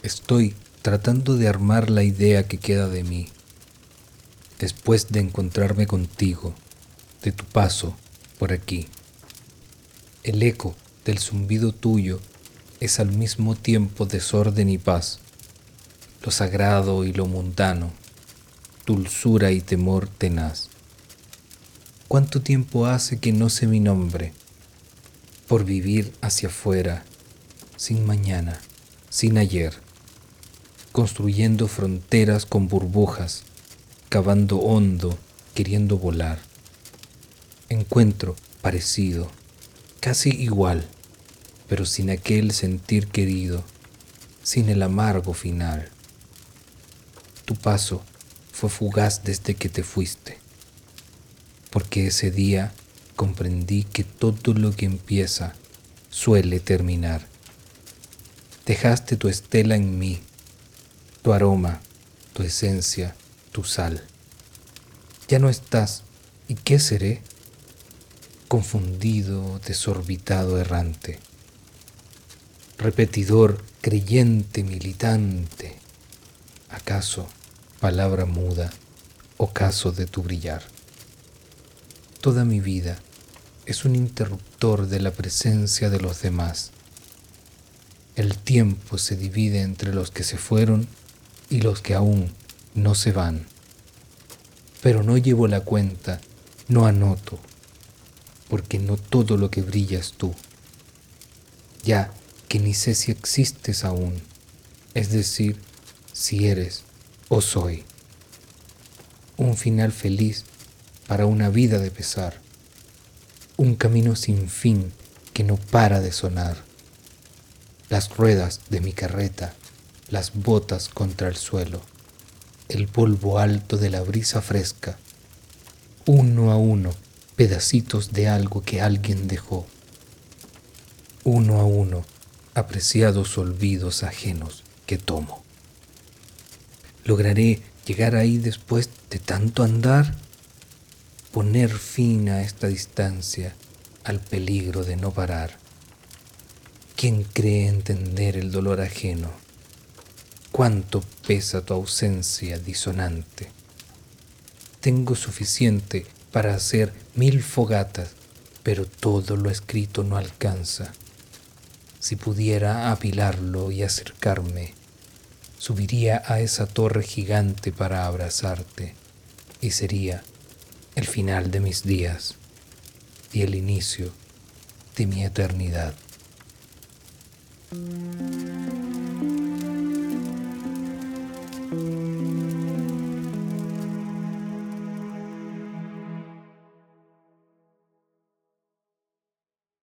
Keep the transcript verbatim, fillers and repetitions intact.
Estoy tratando de armar la idea que queda de mí, después de encontrarme contigo, de tu paso por aquí. El eco del zumbido tuyo es al mismo tiempo desorden y paz, lo sagrado y lo mundano, dulzura y temor tenaz. ¿Cuánto tiempo hace que no sé mi nombre? Por vivir hacia afuera, sin mañana, sin ayer, construyendo fronteras con burbujas, cavando hondo, queriendo volar. Encuentro parecido, casi igual, pero sin aquel sentir querido, sin el amargo final. Tu paso fue fugaz desde que te fuiste, porque ese día comprendí que todo lo que empieza suele terminar. Dejaste tu estela en mí, tu aroma, tu esencia, tu sal. Ya no estás, ¿y qué seré? Confundido, desorbitado, errante, repetidor, creyente, militante. ¿Acaso palabra muda, ocaso de tu brillar? Toda mi vida es un interruptor de la presencia de los demás. El tiempo se divide entre los que se fueron y los que aún no se van. Pero no llevo la cuenta, no anoto, porque no todo lo que brilla es tú. Ya que ni sé si existes aún, es decir, si eres o soy. Un final feliz para una vida de pesar, un camino sin fin que no para de sonar. Las ruedas de mi carreta, las botas contra el suelo, el polvo alto de la brisa fresca, uno a uno, pedacitos de algo que alguien dejó, uno a uno, apreciados olvidos ajenos que tomo. ¿Lograré llegar ahí después de tanto andar? Poner fin a esta distancia, al peligro de no parar. ¿Quién cree entender el dolor ajeno? ¿Cuánto pesa tu ausencia disonante? Tengo suficiente para hacer mil fogatas, pero todo lo escrito no alcanza. Si pudiera apilarlo y acercarme, subiría a esa torre gigante para abrazarte, y sería el final de mis días y el inicio de mi eternidad.